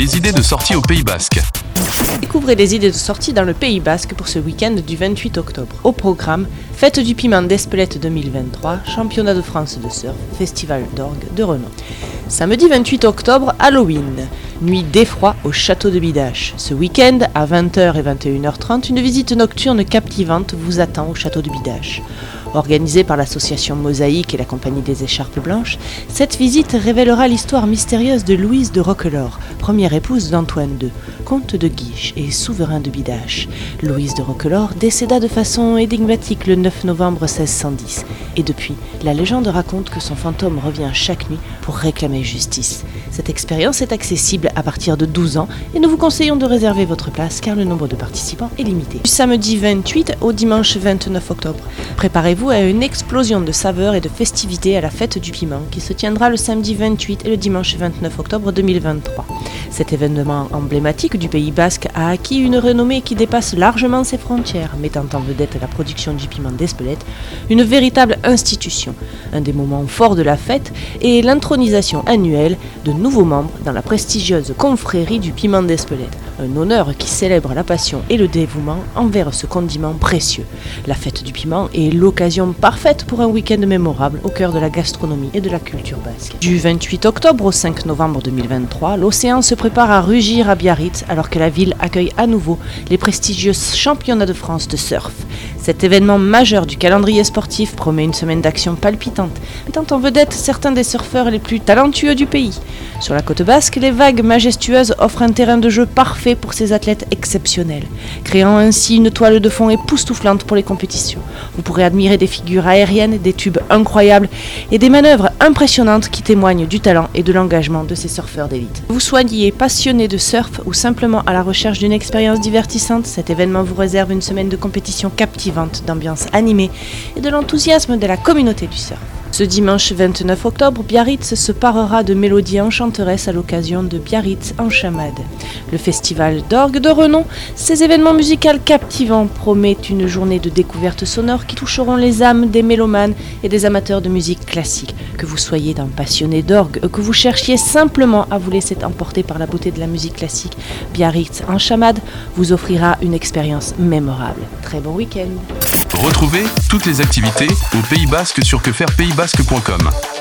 les idées de sortie au Pays Basque. Découvrez les idées de sortie dans le Pays Basque pour ce week-end du 28 octobre. Au programme, Fête du Piment d'Espelette 2023, Championnat de France de surf, Festival d'orgue de renom. Samedi 28 octobre, Halloween, nuit d'effroi au château de Bidache. Ce week-end, à 20h et 21h30, une visite nocturne captivante vous attend au château de Bidache. Organisée par l'association Mosaïque et la compagnie des Écharpes Blanches, cette visite révélera l'histoire mystérieuse de Louise de Roquelaure, première épouse d'Antoine II, comte de Guiche et souverain de Bidache. Louise de Roquelaure décéda de façon énigmatique le 9 novembre 1610, et depuis, la légende raconte que son fantôme revient chaque nuit pour réclamer justice. Cette expérience est accessible à partir de 12 ans et nous vous conseillons de réserver votre place car le nombre de participants est limité. Du samedi 28 au dimanche 29 octobre, préparez-vous à une explosion de saveurs et de festivités à la fête du piment qui se tiendra le samedi 28 et le dimanche 29 octobre 2023. Cet événement emblématique du Pays Basque a acquis une renommée qui dépasse largement ses frontières, mettant en vedette la production du piment d'Espelette, une véritable institution. Un des moments forts de la fête est l'intronisation annuelle de nouveaux membres dans la prestigieuse confrérie du piment d'Espelette, un honneur qui célèbre la passion et le dévouement envers ce condiment précieux. La fête du piment est l'occasion parfaite pour un week-end mémorable au cœur de la gastronomie et de la culture basque. Du 28 octobre au 5 novembre 2023, l'océan se prépare à rugir à Biarritz alors que la ville accueille à nouveau les prestigieux championnats de France de surf. Cet événement majeur du calendrier sportif promet une semaine d'action palpitante, mettant en vedette certains des surfeurs les plus talentueux du pays. Sur la côte basque, les vagues majestueuses offrent un terrain de jeu parfait pour ces athlètes exceptionnels, créant ainsi une toile de fond époustouflante pour les compétitions. Vous pourrez admirer des figures aériennes, des tubes incroyables et des manœuvres impressionnantes qui témoignent du talent et de l'engagement de ces surfeurs d'élite. Vous soyez passionné de surf ou simplement à la recherche d'une expérience divertissante, cet événement vous réserve une semaine de compétition captivante, d'ambiance animée et de l'enthousiasme de la communauté du surf. Ce dimanche 29 octobre, Biarritz se parera de mélodies enchanteresses à l'occasion de Biarritz en chamade. Le festival d'orgue de renom, ces événements musicaux captivants promettent une journée de découvertes sonores qui toucheront les âmes des mélomanes et des amateurs de musique classique. Que vous soyez un passionné d'orgue, que vous cherchiez simplement à vous laisser emporter par la beauté de la musique classique, Biarritz en chamade vous offrira une expérience mémorable. Très bon week-end. Retrouvez toutes les activités au Pays Basque sur quefairepayibasque.com.